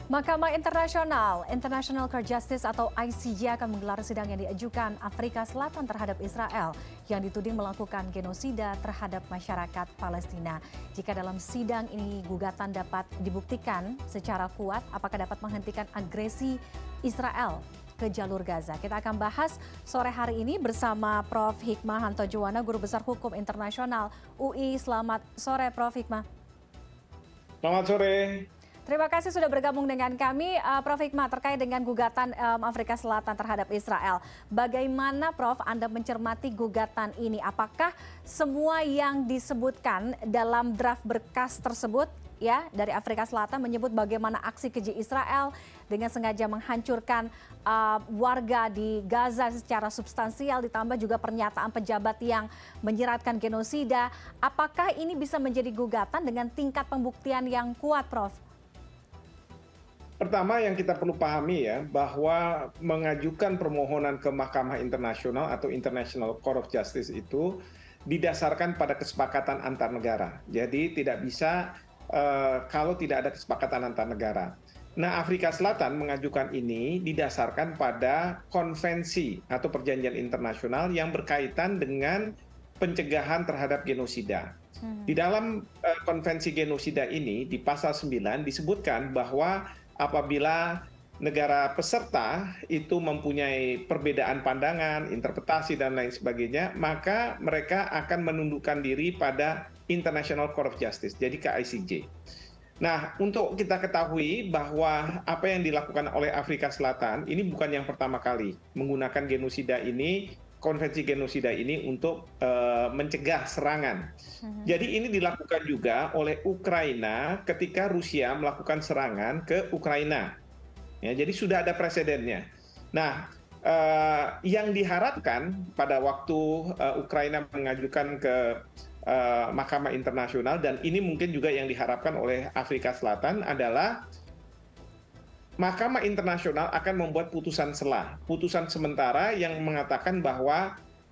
Mahkamah Internasional International Court Justice atau ICJ akan menggelar sidang yang diajukan Afrika Selatan terhadap Israel yang dituding melakukan genosida terhadap masyarakat Palestina. Jika dalam sidang ini gugatan dapat dibuktikan secara kuat, apakah dapat menghentikan agresi Israel ke jalur Gaza? Kita akan bahas sore hari ini bersama Prof. Hikmahanto Juwana, Guru Besar Hukum Internasional UI. Selamat sore, Prof. Hikmah. Selamat sore. Terima kasih sudah bergabung dengan kami, Prof. Hikmah, terkait dengan gugatan Afrika Selatan terhadap Israel. Bagaimana, Prof, Anda mencermati gugatan ini? Apakah semua yang disebutkan dalam draft berkas tersebut ya dari Afrika Selatan menyebut bagaimana aksi keji Israel dengan sengaja menghancurkan warga di Gaza secara substansial, ditambah juga pernyataan pejabat yang menyiratkan genosida. Apakah ini bisa menjadi gugatan dengan tingkat pembuktian yang kuat, Prof? Pertama yang kita perlu pahami ya, bahwa mengajukan permohonan ke Mahkamah Internasional atau International Court of Justice itu didasarkan pada kesepakatan antar negara. Jadi tidak bisa kalau tidak ada kesepakatan antar negara. Nah, Afrika Selatan mengajukan ini didasarkan pada konvensi atau perjanjian internasional yang berkaitan dengan pencegahan terhadap genosida. Di dalam konvensi genosida ini, di pasal 9 disebutkan bahwa apabila negara peserta itu mempunyai perbedaan pandangan, interpretasi, dan lain sebagainya, maka mereka akan menundukkan diri pada International Court of Justice, jadi ke ICJ. Nah, untuk kita ketahui bahwa apa yang dilakukan oleh Afrika Selatan ini bukan yang pertama kali menggunakan genosida ini, konvensi genosida ini untuk mencegah serangan. Jadi ini dilakukan juga oleh Ukraina ketika Rusia melakukan serangan ke Ukraina. Ya, jadi sudah ada presidennya. Nah, yang diharapkan pada waktu Ukraina mengajukan ke Mahkamah Internasional, dan ini mungkin juga yang diharapkan oleh Afrika Selatan adalah Mahkamah Internasional akan membuat putusan sementara yang mengatakan bahwa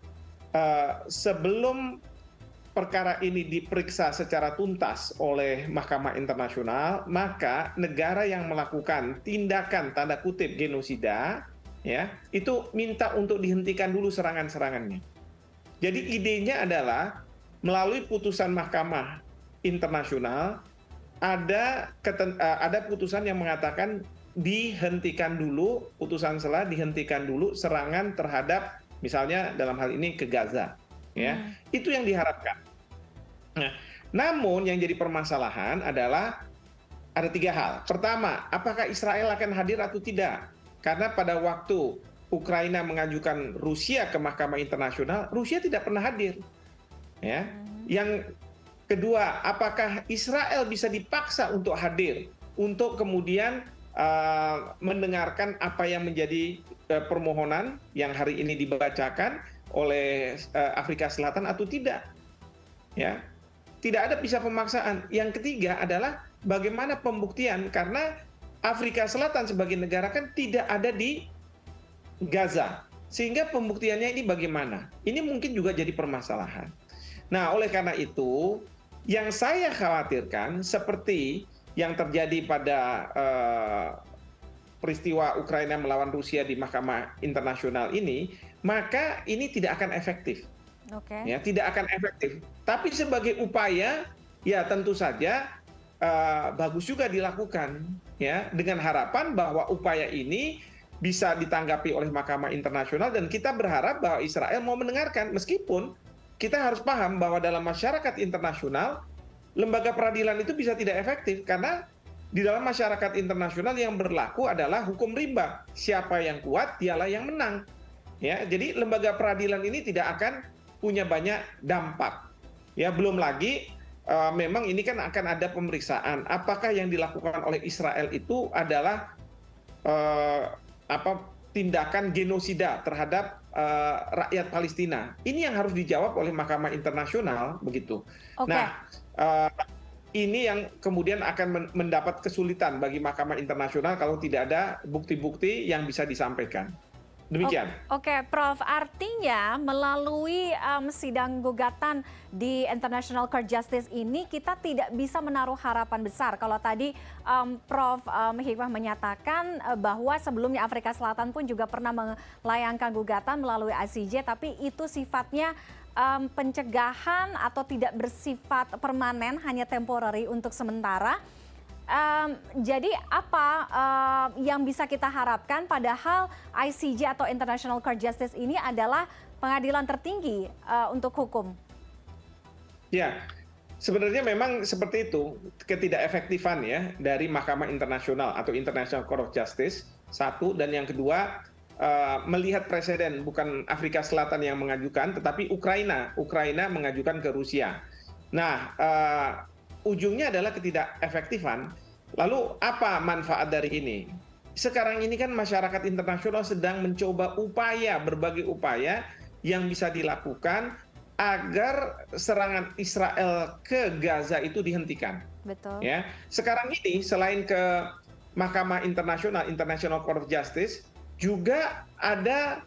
sebelum perkara ini diperiksa secara tuntas oleh Mahkamah Internasional, maka negara yang melakukan tindakan tanda kutip genosida, ya, itu minta untuk dihentikan dulu serangan-serangannya. Jadi idenya adalah melalui putusan Mahkamah Internasional ada putusan yang mengatakan dihentikan dulu, putusan dihentikan dulu serangan terhadap misalnya dalam hal ini ke Gaza, ya. Itu yang diharapkan. Nah, namun yang jadi permasalahan adalah ada 3 hal. Pertama, apakah Israel akan hadir atau tidak? Karena pada waktu Ukraina mengajukan Rusia ke Mahkamah Internasional, Rusia tidak pernah hadir, ya. Yang kedua, apakah Israel bisa dipaksa untuk hadir untuk kemudian mendengarkan apa yang menjadi permohonan yang hari ini dibacakan oleh Afrika Selatan atau tidak? Ya, tidak ada bisa pemaksaan. Yang ketiga adalah bagaimana pembuktian, karena Afrika Selatan sebagai negara kan tidak ada di Gaza, sehingga pembuktiannya ini bagaimana? Ini mungkin juga jadi permasalahan. Nah, oleh karena itu, yang saya khawatirkan seperti yang terjadi pada peristiwa Ukraina melawan Rusia di Mahkamah Internasional ini, maka ini tidak akan efektif. Ya, tidak akan efektif. Tapi sebagai upaya, ya tentu saja bagus juga dilakukan, ya, dengan harapan bahwa upaya ini bisa ditanggapi oleh Mahkamah Internasional, dan kita berharap bahwa Israel mau mendengarkan, meskipun kita harus paham bahwa dalam masyarakat internasional lembaga peradilan itu bisa tidak efektif, karena di dalam masyarakat internasional yang berlaku adalah hukum rimba. Siapa yang kuat, dialah yang menang. Ya, jadi lembaga peradilan ini tidak akan punya banyak dampak. Ya, belum lagi memang ini kan akan ada pemeriksaan apakah yang dilakukan oleh Israel itu adalah tindakan genosida terhadap rakyat Palestina. Ini yang harus dijawab oleh Mahkamah Internasional, begitu. Nah, ini yang kemudian akan mendapat kesulitan bagi Mahkamah Internasional kalau tidak ada bukti-bukti yang bisa disampaikan. Demikian. Oke, Prof. Artinya melalui sidang gugatan di International Court Justice ini kita tidak bisa menaruh harapan besar. Kalau tadi Prof. Hikmah menyatakan bahwa sebelumnya Afrika Selatan pun juga pernah melayangkan gugatan melalui ICJ, tapi itu sifatnya pencegahan atau tidak bersifat permanen, hanya temporary untuk sementara. Jadi apa yang bisa kita harapkan, padahal ICJ atau International Court Justice ini adalah pengadilan tertinggi untuk hukum? Ya, sebenarnya memang seperti itu, ketidakefektifan ya dari Mahkamah Internasional atau International Court of Justice, satu, dan yang kedua melihat presiden bukan Afrika Selatan yang mengajukan, tetapi Ukraina mengajukan ke Rusia. Nah, ujungnya adalah ketidakefektifan. Lalu apa manfaat dari ini? Sekarang ini kan masyarakat internasional sedang mencoba berbagai upaya yang bisa dilakukan agar serangan Israel ke Gaza itu dihentikan. Betul. Ya, sekarang ini selain ke Mahkamah Internasional, International Court of Justice, juga ada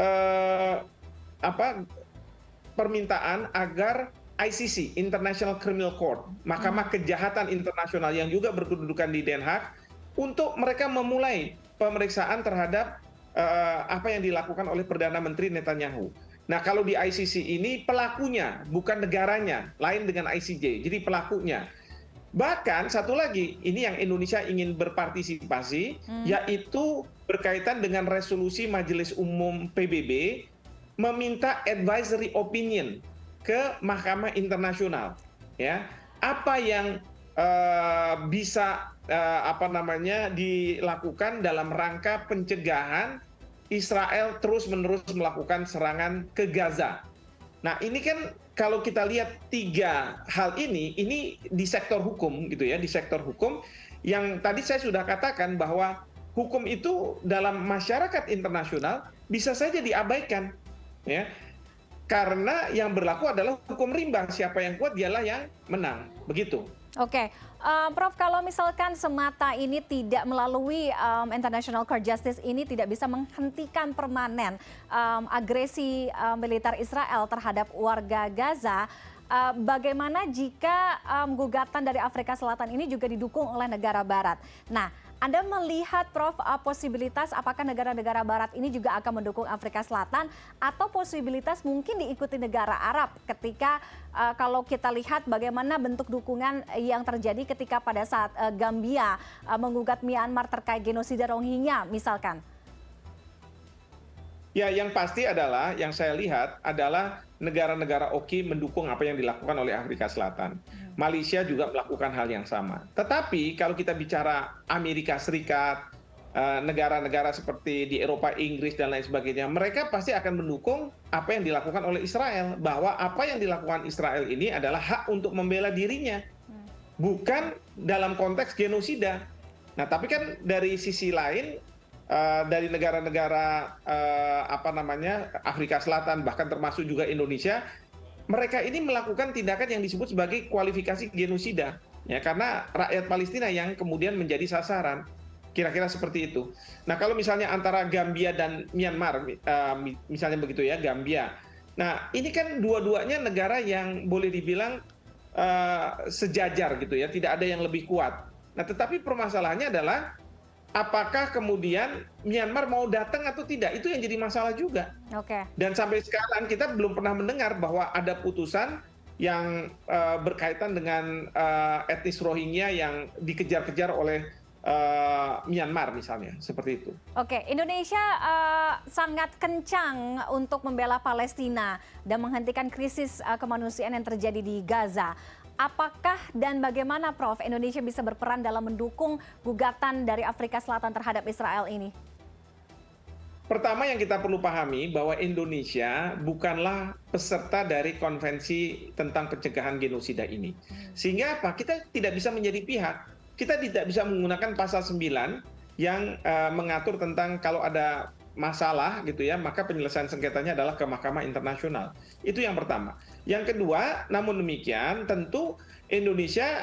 permintaan agar ICC, International Criminal Court, Mahkamah Kejahatan Internasional yang juga berkedudukan di Den Haag, untuk mereka memulai pemeriksaan terhadap apa yang dilakukan oleh Perdana Menteri Netanyahu. Nah, kalau di ICC ini pelakunya, bukan negaranya, lain dengan ICJ, jadi pelakunya. Bahkan satu lagi, ini yang Indonesia ingin berpartisipasi, yaitu berkaitan dengan resolusi Majelis Umum PBB, meminta advisory opinion ke Mahkamah Internasional, ya, apa yang bisa dilakukan dalam rangka pencegahan Israel terus-menerus melakukan serangan ke Gaza. Nah, ini kan kalau kita lihat tiga hal ini di sektor hukum gitu ya, di sektor hukum yang tadi saya sudah katakan bahwa hukum itu dalam masyarakat internasional bisa saja diabaikan, ya. Karena yang berlaku adalah hukum rimba, siapa yang kuat dialah yang menang, begitu. Oke, Prof, kalau misalkan semata ini tidak melalui International Court Justice ini tidak bisa menghentikan permanen agresi militer Israel terhadap warga Gaza, bagaimana jika gugatan dari Afrika Selatan ini juga didukung oleh negara Barat? Nah, Anda melihat, Prof, posibilitas apakah negara-negara Barat ini juga akan mendukung Afrika Selatan atau posibilitas mungkin diikuti negara Arab ketika kalau kita lihat bagaimana bentuk dukungan yang terjadi ketika pada saat Gambia menggugat Myanmar terkait genosida Rohingya misalkan? Ya, yang pasti adalah yang saya lihat adalah negara-negara OKI mendukung apa yang dilakukan oleh Afrika Selatan. Malaysia juga melakukan hal yang sama. Tetapi kalau kita bicara Amerika Serikat, negara-negara seperti di Eropa, Inggris, dan lain sebagainya, mereka pasti akan mendukung apa yang dilakukan oleh Israel. Bahwa apa yang dilakukan Israel ini adalah hak untuk membela dirinya. Bukan dalam konteks genosida. Nah, tapi kan dari sisi lain, dari negara-negara Afrika Selatan, bahkan termasuk juga Indonesia, mereka ini melakukan tindakan yang disebut sebagai kualifikasi genosida, ya, karena rakyat Palestina yang kemudian menjadi sasaran, kira-kira seperti itu. Nah, kalau misalnya antara Gambia dan Myanmar, misalnya begitu ya, Gambia. Nah, ini kan dua-duanya negara yang boleh dibilang sejajar gitu ya, tidak ada yang lebih kuat. Nah, tetapi permasalahannya adalah apakah kemudian Myanmar mau datang atau tidak, itu yang jadi masalah juga. Oke. Dan sampai sekarang kita belum pernah mendengar bahwa ada putusan yang berkaitan dengan etnis Rohingya yang dikejar-kejar oleh Myanmar misalnya, seperti itu. Oke, Indonesia sangat kencang untuk membela Palestina dan menghentikan krisis kemanusiaan yang terjadi di Gaza. Apakah dan bagaimana, Prof, Indonesia bisa berperan dalam mendukung gugatan dari Afrika Selatan terhadap Israel ini? Pertama yang kita perlu pahami bahwa Indonesia bukanlah peserta dari konvensi tentang pencegahan genosida ini. Sehingga apa? Kita tidak bisa menjadi pihak. Kita tidak bisa menggunakan pasal 9 yang mengatur tentang kalau ada masalah gitu ya, maka penyelesaian sengketanya adalah ke Mahkamah Internasional. Itu yang pertama. Yang kedua, namun demikian tentu Indonesia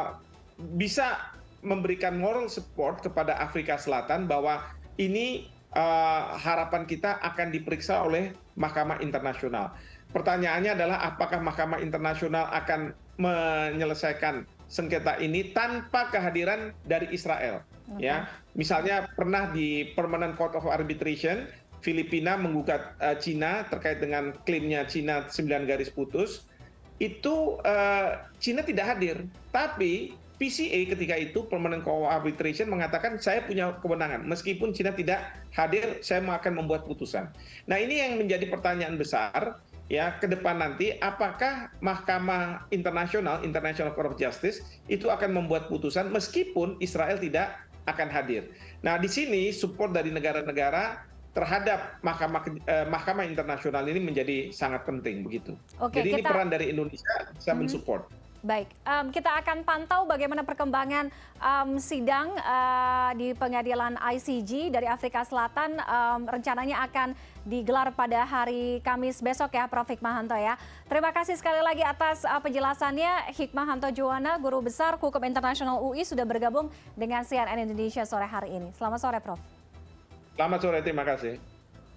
bisa memberikan moral support kepada Afrika Selatan bahwa ini harapan kita akan diperiksa oleh Mahkamah Internasional. Pertanyaannya adalah apakah Mahkamah Internasional akan menyelesaikan sengketa ini tanpa kehadiran dari Israel. Ya, misalnya pernah di Permanent Court of Arbitration, Filipina menggugat Cina terkait dengan klaimnya Cina 9 garis putus. Itu Cina tidak hadir, tapi PCA ketika itu Permanent Court of Arbitration mengatakan saya punya kewenangan, meskipun Cina tidak hadir, saya akan membuat putusan. Nah, ini yang menjadi pertanyaan besar ya ke depan nanti, apakah Mahkamah Internasional, International Court of Justice itu akan membuat putusan meskipun Israel tidak akan hadir. Nah, di sini support dari negara-negara terhadap Mahkamah Internasional ini menjadi sangat penting begitu. Oke, jadi ini peran dari Indonesia bisa mensupport. Baik, kita akan pantau bagaimana perkembangan sidang di pengadilan ICJ dari Afrika Selatan. Rencananya akan digelar pada hari Kamis besok ya, Prof. Hikmahanto ya. Terima kasih sekali lagi atas penjelasannya, Hikmahanto Juwana, Guru Besar Hukum Internasional UI, sudah bergabung dengan CNN Indonesia sore hari ini. Selamat sore, Prof. Selamat sore, terima kasih.